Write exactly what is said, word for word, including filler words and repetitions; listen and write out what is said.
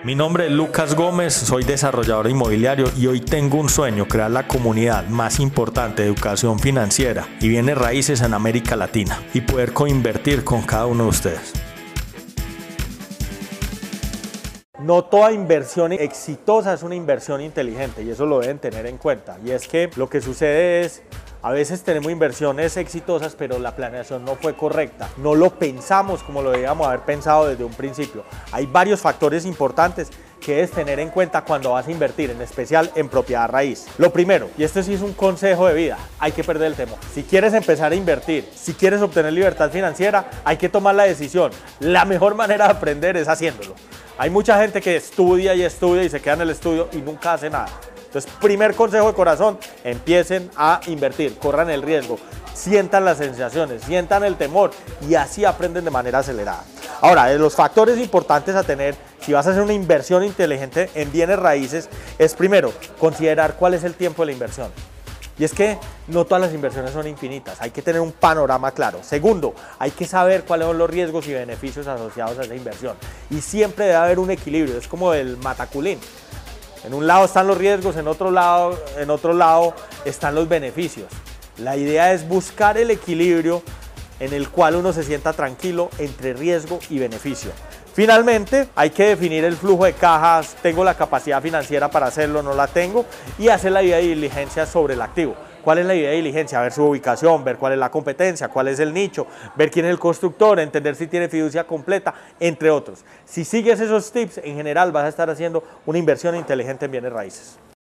Mi nombre es Lucas Gómez, soy desarrollador inmobiliario y hoy tengo un sueño: crear la comunidad más importante de educación financiera y bienes raíces en América Latina y poder coinvertir con cada uno de ustedes. No toda inversión exitosa es una inversión inteligente y eso lo deben tener en cuenta. Y es que lo que sucede es, a veces tenemos inversiones exitosas, pero la planeación no fue correcta. No lo pensamos como lo debíamos haber pensado desde un principio. Hay varios factores importantes que debes tener en cuenta cuando vas a invertir, en especial en propiedad raíz. Lo primero, y esto sí es un consejo de vida, hay que perder el temor. Si quieres empezar a invertir, si quieres obtener libertad financiera, hay que tomar la decisión. La mejor manera de aprender es haciéndolo. Hay mucha gente que estudia y estudia y se queda en el estudio y nunca hace nada. Entonces, primer consejo de corazón, empiecen a invertir, corran el riesgo, sientan las sensaciones, sientan el temor y así aprenden de manera acelerada. Ahora, de los factores importantes a tener si vas a hacer una inversión inteligente en bienes raíces es, primero, considerar cuál es el tiempo de la inversión. Y es que no todas las inversiones son infinitas, hay que tener un panorama claro. Segundo, hay que saber cuáles son los riesgos y beneficios asociados a esa inversión. Y siempre debe haber un equilibrio, es como el mataculín. En un lado están los riesgos, en otro lado, en otro lado están los beneficios. La idea es buscar el equilibrio en el cual uno se sienta tranquilo entre riesgo y beneficio. Finalmente, hay que definir el flujo de cajas, tengo la capacidad financiera para hacerlo, no la tengo, y hacer la debida diligencia sobre el activo. ¿Cuál es la debida diligencia? Ver su ubicación, ver cuál es la competencia, cuál es el nicho, ver quién es el constructor, entender si tiene fiducia completa, entre otros. Si sigues esos tips, en general vas a estar haciendo una inversión inteligente en bienes raíces.